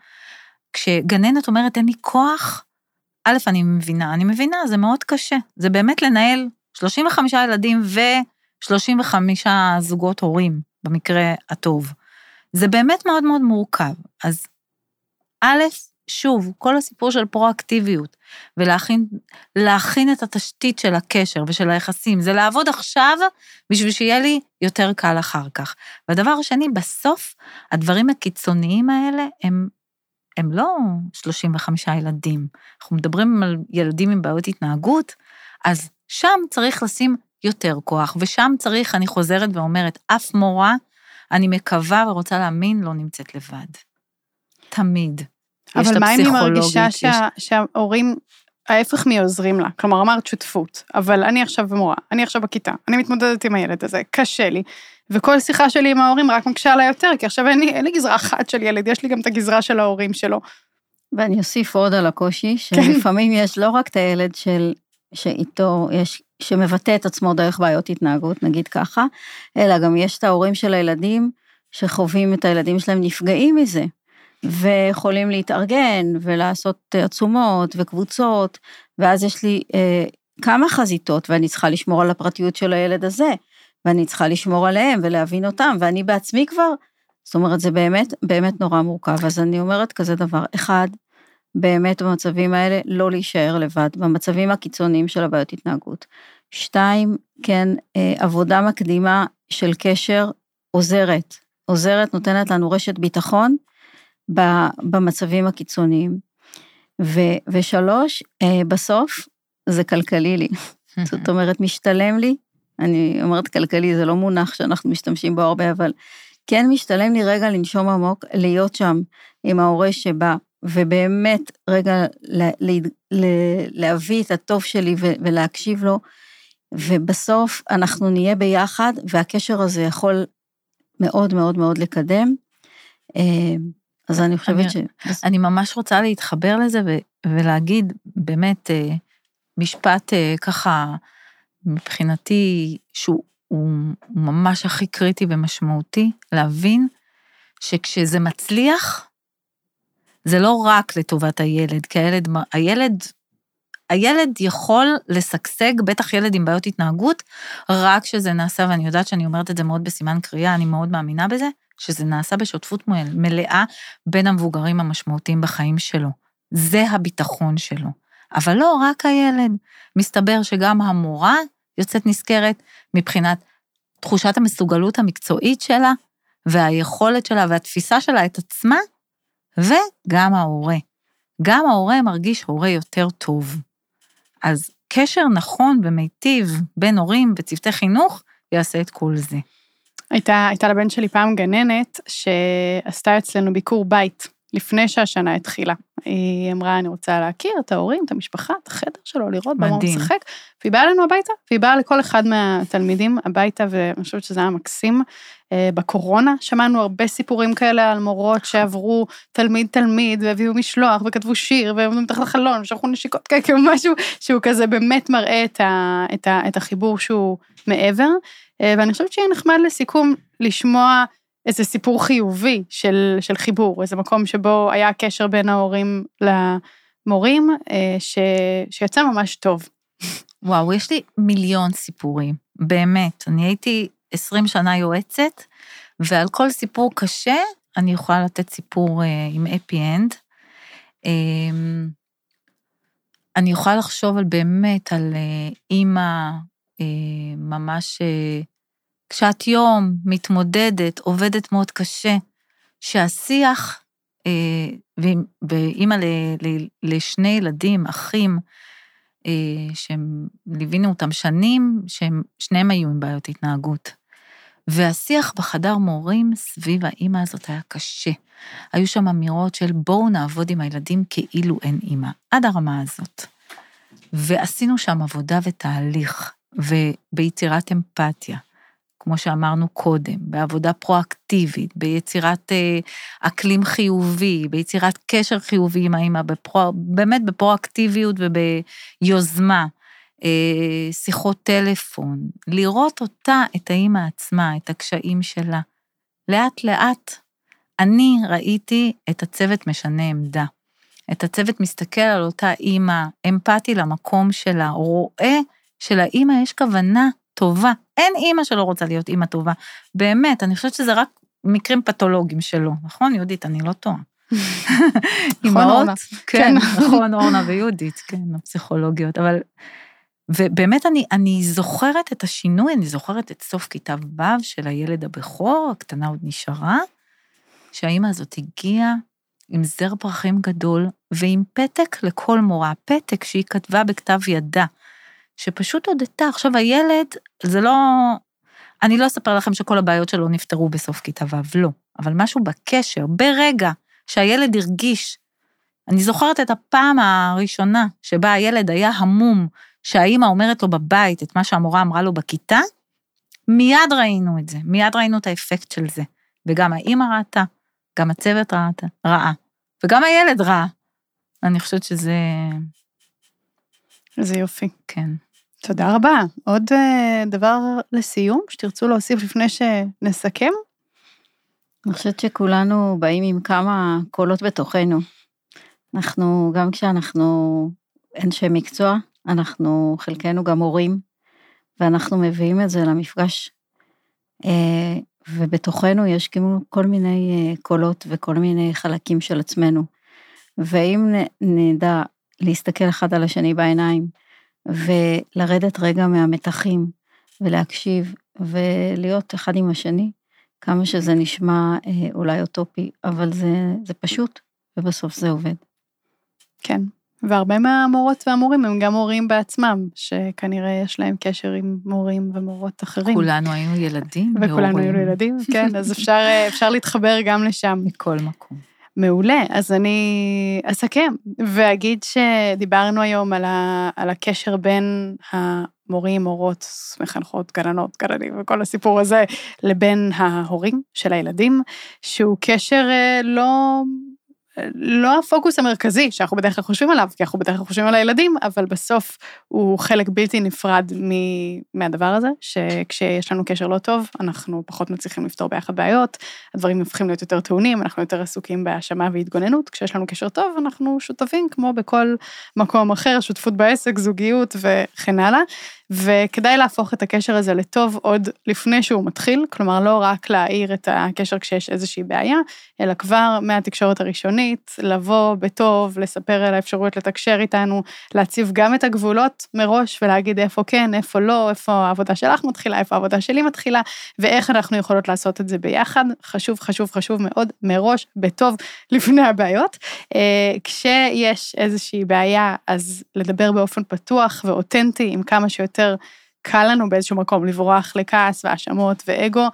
כשגננת אומרת, אין לי כוח, א', אני מבינה, אני מבינה, זה מאוד קשה. זה באמת לנהל שלושים וחמישה ילדים ו-שלושים וחמישה זוגות הורים, במקרה הטוב. זה באמת מאוד מאוד מורכב. אז א', שוב, כל הסיפור של פרואקטיביות, ולהכין להכין את התשתית של הקשר ושל היחסים, זה לעבוד עכשיו בשביל שיהיה לי יותר קל אחר כך. והדבר השני, בסוף, הדברים הקיצוניים האלה, הם, הם לא שלושים וחמישה ילדים. אנחנו מדברים על ילדים עם בעיות התנהגות, אז שם צריך לשים יותר כוח, ושם צריך, אני חוזרת ואומרת, אף מורה, אני מקווה ורוצה להאמין, לא נמצאת לבד. תמיד. אבל מה אם היא מרגישה שה, שההורים, ההפך מי עוזרים לה? כלומר, אמרת שותפות, אבל אני עכשיו במורה, אני עכשיו בכיתה, אני מתמודדת עם הילד הזה, קשה לי, וכל שיחה שלי עם ההורים רק מקשה עליי יותר, כי עכשיו אין לי, אין לי גזרה אחת של ילד, יש לי גם את הגזרה של ההורים שלו. ואני אוסיף עוד על הקושי, שלפעמים יש לא רק את הילד של, שאיתו יש, שמבטא את עצמו דרך בעיות התנהגות, נגיד ככה, אלא גם יש את ההורים של הילדים, שחווים את הילדים שלהם נפגעים מזה, ויכולים להתארגן, ולעשות עצומות וקבוצות, ואז יש לי אה, כמה חזיתות, ואני צריכה לשמור על הפרטיות של הילד הזה, ואני צריכה לשמור עליהם, ולהבין אותם, ואני בעצמי כבר, זאת אומרת, זה באמת, באמת נורא מורכב, אז אני אומרת כזה דבר, אחד, באמת במצבים האלה, לא להישאר לבד, במצבים הקיצוניים של הבעיות התנהגות. שתיים, כן, אה, עבודה מקדימה של קשר עוזרת, עוזרת, נותנת לנו רשת ביטחון, במצבים הקיצוניים. ו, ושלוש, בסוף, זה כלכלי לי. זאת אומרת, משתלם לי, אני אומרת כלכלי, זה לא מונח שאנחנו משתמשים בו הרבה, אבל כן משתלם לי רגע לנשום עמוק, להיות שם עם ההורה שבא, ובאמת רגע לה, לה, לה, להביא את הטוב שלי ולהקשיב לו, ובסוף אנחנו נהיה ביחד, והקשר הזה יכול מאוד מאוד מאוד לקדם, אז אני חושבת אני, ש... אני ממש רוצה להתחבר לזה, ו, ולהגיד באמת משפט ככה, מבחינתי, שהוא הוא ממש הכי קריטי ומשמעותי, להבין שכשזה מצליח, זה לא רק לטובת הילד, כי הילד, הילד, הילד יכול לסגסג, בטח ילד עם בעיות התנהגות, רק שזה נעשה, ואני יודעת שאני אומרת את זה מאוד בסימן קריאה, אני מאוד מאמינה בזה, שזה נעשה בשותפות מלאה בין המבוגרים המשמעותיים בחיים שלו. זה הביטחון שלו. אבל לא רק הילד. מסתבר שגם המורה יוצאת נזכרת מבחינת תחושת המסוגלות המקצועית שלה, והיכולת שלה והתפיסה שלה את עצמה, וגם ההורה. גם ההורה מרגיש הורה יותר טוב. אז קשר נכון ומיטיב בין הורים וצוותי חינוך, יעשה את כל זה. הייתה, הייתה לבן שלי פעם גננת, שעשתה אצלנו ביקור בית, לפני שהשנה התחילה. היא אמרה, אני רוצה להכיר את ההורים, את המשפחה, את החדר שלו, לראות במה הוא משחק, והיא באה אלינו הביתה, והיא באה לכל אחד מהתלמידים הביתה, ואני חושבת שזה היה מקסים. בקורונה שמענו הרבה סיפורים כאלה על מורות שעברו תלמיד-תלמיד, והביאו משלוח, וכתבו שיר, ועמדו מתחת לחלון, ושלחו נשיקות, כאילו משהו שהוא כזה באמת מראה את, ה, את, ה, את החיבור שהוא מעבר, ואני חושבת שיהיה נחמד לסיכום לשמוע איזה סיפור חיובי של, של חיבור, איזה מקום שבו היה קשר בין ההורים למורים, ש, שיצא ממש טוב. וואו, יש לי מיליון סיפורים, באמת. אני הייתי עשרים שנה יועצת, ועל כל סיפור קשה, אני יכולה לתת סיפור עם אפי אנד. אני יכולה לחשוב על באמת, על אימא ממש קשת יום, מתמודדת, עובדת מאוד קשה, שהשיח, ואימא לשני ילדים, אחים, שהם ליווינו אותם שנים, ששניהם היו עם בעיות התנהגות. והשיח בחדר מורים סביב האימא הזאת היה קשה. היו שם אמירות של בואו נעבוד עם הילדים כאילו אין אימא, עד הרמה הזאת. ועשינו שם עבודה ותהליך, וביצירת אמפתיה, כמו שאמרנו קודם, בעבודה פרואקטיבית, ביצירת אה, אקלים חיובי, ביצירת קשר חיובי עם האמא, בפרו, באמת בפרואקטיביות וביוזמה, אה, שיחות טלפון, לראות אותה, את האמא עצמה, את הקשיים שלה. לאט לאט, אני ראיתי את הצוות משנה עמדה, את הצוות מסתכל על אותה אמא, אמפתי למקום שלה, רואה שלאמא יש כוונה טובה, אין אימא שלא רוצה להיות אימא טובה, באמת, אני חושבת שזה רק מקרים פתולוגיים שלו, נכון יהודית, אני לא טועה. נכון אורנה. כן, נכון אורנה ויהודית, כן, הפסיכולוגיות, אבל, ובאמת אני, אני זוכרת את השינוי, אני זוכרת את סוף כיתב ו' של הילד הבכור, הקטנה עוד נשארה, שהאימא הזאת הגיעה עם זר פרחים גדול, ועם פתק לכל מורה, פתק שהיא כתבה בכתב ידה, שפשוט הודתה, עכשיו הילד, זה לא, אני לא אספר לכם שכל הבעיות שלו נפתרו בסוף כיתה ו', לא, אבל משהו בקשר, ברגע שהילד הרגיש, אני זוכרת את הפעם הראשונה, שבה הילד היה המום, שהאימא אומרת לו בבית, את מה שהמורה אמרה לו בכיתה, מיד ראינו את זה, מיד ראינו את האפקט של זה, וגם האימא ראתה, גם הצוות ראתה, ראה, וגם הילד ראה, אני חושבת שזה... זה יופי. כן. תודה רבה. עוד דבר לסיום, שתרצו להוסיף לפני שנסכם? אני חושבת שכולנו באים עם כמה קולות בתוכנו. אנחנו, גם כשאנחנו אנשי מקצוע, אנחנו חלקנו גם הורים, ואנחנו מביאים את זה למפגש, ובתוכנו יש כמו כל מיני קולות וכל מיני חלקים של עצמנו, ואם נדע להסתכל אחד על השני בעיניים, ולרדת רגע מהמתחים, ולהקשיב, ולהיות אחד עם השני, כמה שזה נשמע אה, אולי אוטופי, אבל זה, זה פשוט, ובסוף זה עובד. כן, והרבה מהמורות והמורים הם גם מורים בעצמם, שכנראה יש להם קשר עם מורים ומורות אחרים. כולנו היינו ילדים. וכולנו היינו ילדים, כן, אז אפשר, אפשר להתחבר גם לשם. מכל מקום. מעולה, אז אני אסכם, ואגיד שדיברנו היום על, ה, על הקשר בין המורים, מורות, מחנכות, גננות, גננים, וכל הסיפור הזה, לבין ההורים של הילדים, שהוא קשר לא, לא הפוקוס המרכזי שאנחנו בדרך כלל חושבים עליו, כי אנחנו בדרך כלל חושבים על הילדים, אבל בסוף הוא חלק בלתי נפרד מהדבר הזה, שכשיש לנו קשר לא טוב, אנחנו פחות מצליחים לפתור ביחד בעיות, הדברים הופכים להיות יותר טעונים, אנחנו יותר עסוקים בהאשמה והתגוננות, כשיש לנו קשר טוב, אנחנו שותפים כמו בכל מקום אחר, שותפות בעסק, זוגיות וכן הלאה, וכדאי להפוך את הקשר הזה לטוב עוד לפני שהוא מתחיל, כלומר לא רק להעיר את הקשר כשיש איזושהי בעיה, אלא כבר מהתקשורת הראשונית, לבוא בטוב, לספר על האפשרויות לתקשר איתנו, להציב גם את הגבולות מראש ולהגיד איפה כן, איפה לא, איפה העבודה שלך מתחילה, איפה העבודה שלי מתחילה, ואיך אנחנו יכולות לעשות את זה ביחד, חשוב, חשוב, חשוב מאוד, מראש, בטוב, לפני הבעיות. כשיש איזושהי בעיה, אז לדבר באופן פתוח ואותנטי, עם כמה שיותר קל לנו באיזשהו מקום לברוח לכעס והאשמות ואגו,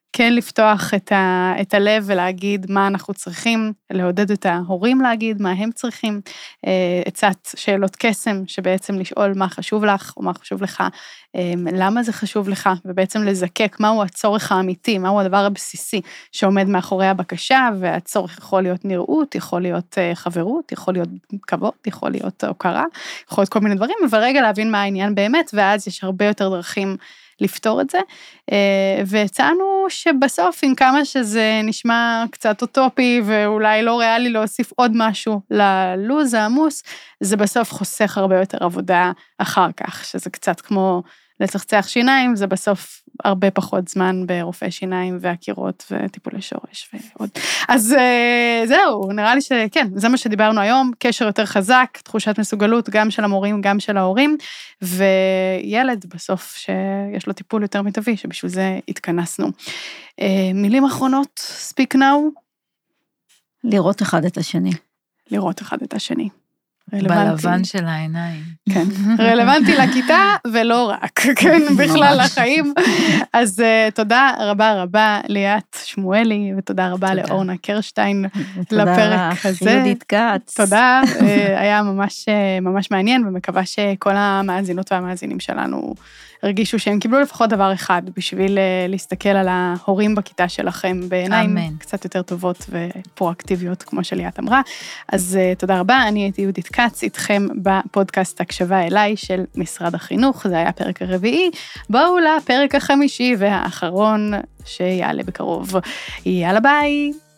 כן לפתוח את, ה, את הלב ולהגיד מה אנחנו צריכים, לעודד את ההורים להגיד מה הם צריכים, הצעת שאלות קסם, שבעצם לשאול מה חשוב לך או מה חשוב לך, למה זה חשוב לך, ובעצם לזקק מהו הצורך האמיתי, מהו הדבר הבסיסי שעומד מאחורי הבקשה, והצורך יכול להיות נראות, יכול להיות חברות, יכול להיות כבוד, יכול להיות הוקרה, יכול להיות כל מיני דברים, אבל רגע להבין מה העניין באמת, ואז יש הרבה יותר דרכים לפתור את זה, והצענו שבסוף, עם כמה שזה נשמע קצת אוטופי, ואולי לא ריאלי להוסיף עוד משהו ללוז העמוס, זה בסוף חוסך הרבה יותר עבודה אחר כך, שזה קצת כמו לצחצח שיניים, זה בסוף הרבה פחות זמן ברופאי שיניים והקירות וטיפולי שורש ועוד. אז זהו, נראה לי שכן, זה מה שדיברנו היום, קשר יותר חזק, תחושת מסוגלות גם של המורים, גם של ההורים, וילד בסוף שיש לו טיפול יותר מיטבי, שבשביל זה התכנסנו. מילים אחרונות, speak now. לראות אחד את השני. לראות אחד את השני. בלבן של העיניים. כן, רלוונטי לכיתה ולא רק, כן, בכלל לחיים. אז תודה רבה רבה ליאת שמואלי, ותודה רבה לאורנה קרשטיין לפרק הזה. תודה לך, יהודית כץ. תודה, היה ממש ממש מעניין, ומקווה שכל המאזינות והמאזינים שלנו הרגישו שהם קיבלו לפחות דבר אחד, בשביל להסתכל על ההורים בכיתה שלכם בעיניים אמן. קצת יותר טובות ופרואקטיביות, כמו שליאת אמרה. אז תודה רבה, אני הייתי יהודית כץ, איתכם בפודקאסט הקשבה אליי של משרד החינוך, זה היה הפרק הרביעי, בואו לפרק החמישי והאחרון שיעלה בקרוב. יאללה ביי!